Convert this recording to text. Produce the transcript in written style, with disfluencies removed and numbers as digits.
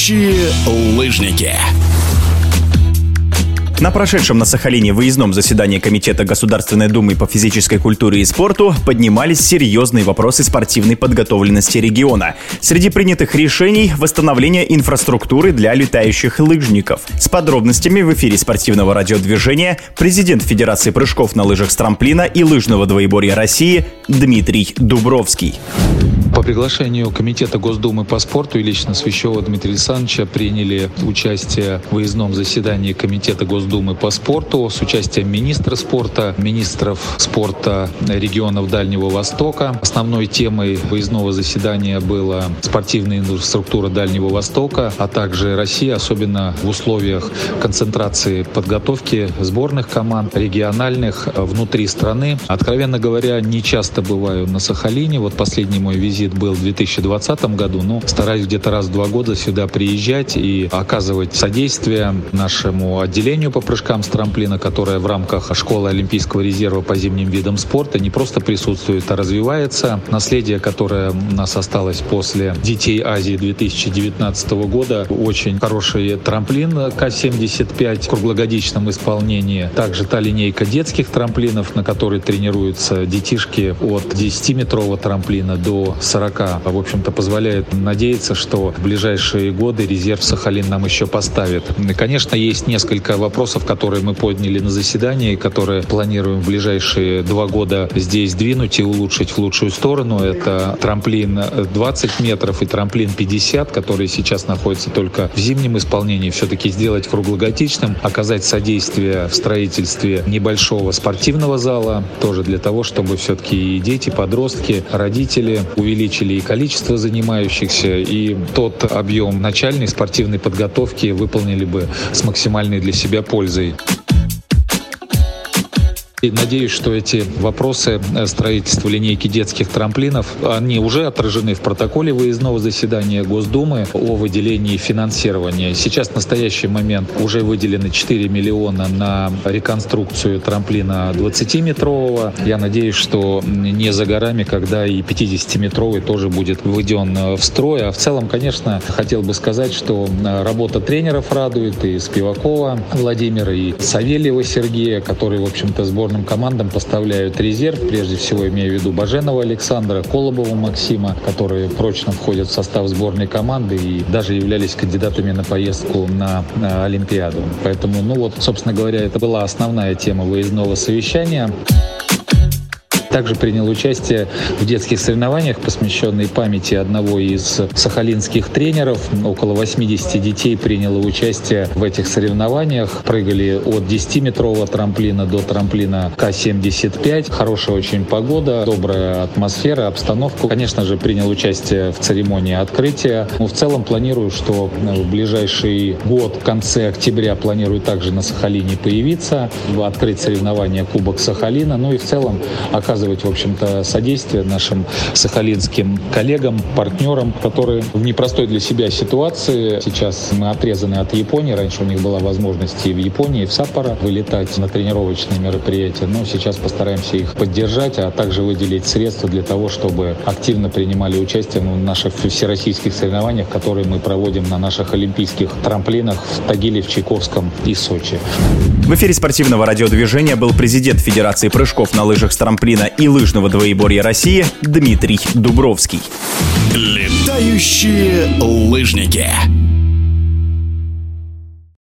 Летающие лыжники. На прошедшем на Сахалине выездном заседании Комитета Государственной Думы по физической культуре и спорту поднимались серьезные вопросы спортивной подготовленности региона. Среди принятых решений – восстановление инфраструктуры для летающих лыжников. С подробностями в эфире спортивного радиодвижения президент Федерации прыжков на лыжах с трамплина и лыжного двоеборья России Дмитрий Дубровский. По приглашению Комитета Госдумы по спорту и лично Свящева Дмитрия Александровича приняли участие в выездном заседании Комитета Госдумы по спорту с участием министра спорта, министров спорта регионов Дальнего Востока. Основной темой выездного заседания была спортивная инфраструктура Дальнего Востока, а также Россия, особенно в условиях концентрации подготовки сборных команд, региональных, внутри страны. Откровенно говоря, не часто бываю на Сахалине. Вот последний мой визит был в 2020 году, но стараюсь где-то раз в 2 года сюда приезжать и оказывать содействие нашему отделению по прыжкам с трамплина, которое в рамках школы Олимпийского резерва по зимним видам спорта не просто присутствует, а развивается. Наследие, которое у нас осталось после Детей Азии 2019 года, очень хороший трамплин К-75 в круглогодичном исполнении. Также та линейка детских трамплинов, на которой тренируются детишки от 10-метрового трамплина до 40. В общем-то, позволяет надеяться, что в ближайшие годы резерв Сахалин нам еще поставит. Конечно, есть несколько вопросов, которые мы подняли на заседании, которые планируем в ближайшие 2 года здесь двинуть и улучшить в лучшую сторону. Это трамплин 20 метров и трамплин 50, которые сейчас находятся только в зимнем исполнении. Все-таки сделать круглогодичным, оказать содействие в строительстве небольшого спортивного зала, тоже для того, чтобы все-таки и дети, подростки, родители увеличили и количество занимающихся, и тот объем начальной спортивной подготовки выполнили бы с максимальной для себя пользой. И надеюсь, что эти вопросы строительства линейки детских трамплинов, они уже отражены в протоколе выездного заседания Госдумы о выделении финансирования. Сейчас в настоящий момент уже выделены 4 миллиона на реконструкцию трамплина 20-метрового. Я надеюсь, что не за горами, когда и 50-метровый тоже будет введен в строй. А в целом, конечно, хотел бы сказать, что работа тренеров радует, и Спивакова Владимира, и Савельева Сергея, которые, в общем-то, сборным командам поставляют резерв, прежде всего имея в виду Баженова Александра, Колобова Максима, которые прочно входят в состав сборной команды и даже являлись кандидатами на поездку на Олимпиаду. Поэтому, собственно говоря, это была основная тема выездного совещания. Также принял участие в детских соревнованиях, посвященной памяти одного из сахалинских тренеров. Около 80 детей приняло участие в этих соревнованиях. Прыгали от 10-метрового трамплина до трамплина К-75. Хорошая очень погода, добрая атмосфера, обстановка. Конечно же, принял участие в церемонии открытия. В целом планирую, что в ближайший год, в конце октября, планирую также на Сахалине появиться, открыть соревнования Кубок Сахалина. И в целом оказывать, в общем-то, содействие нашим сахалинским коллегам, партнерам, которые в непростой для себя ситуации. Сейчас мы отрезаны от Японии. Раньше у них была возможность и в Японии, и в Саппоро вылетать на тренировочные мероприятия. Но сейчас постараемся их поддержать, а также выделить средства для того, чтобы активно принимали участие в наших всероссийских соревнованиях, которые мы проводим на наших олимпийских трамплинах в Тагиле, в Чайковском и Сочи. В эфире спортивного радиодвижения был президент Федерации прыжков на лыжах с трамплина и лыжного двоеборья России Дмитрий Дубровский. Летающие лыжники.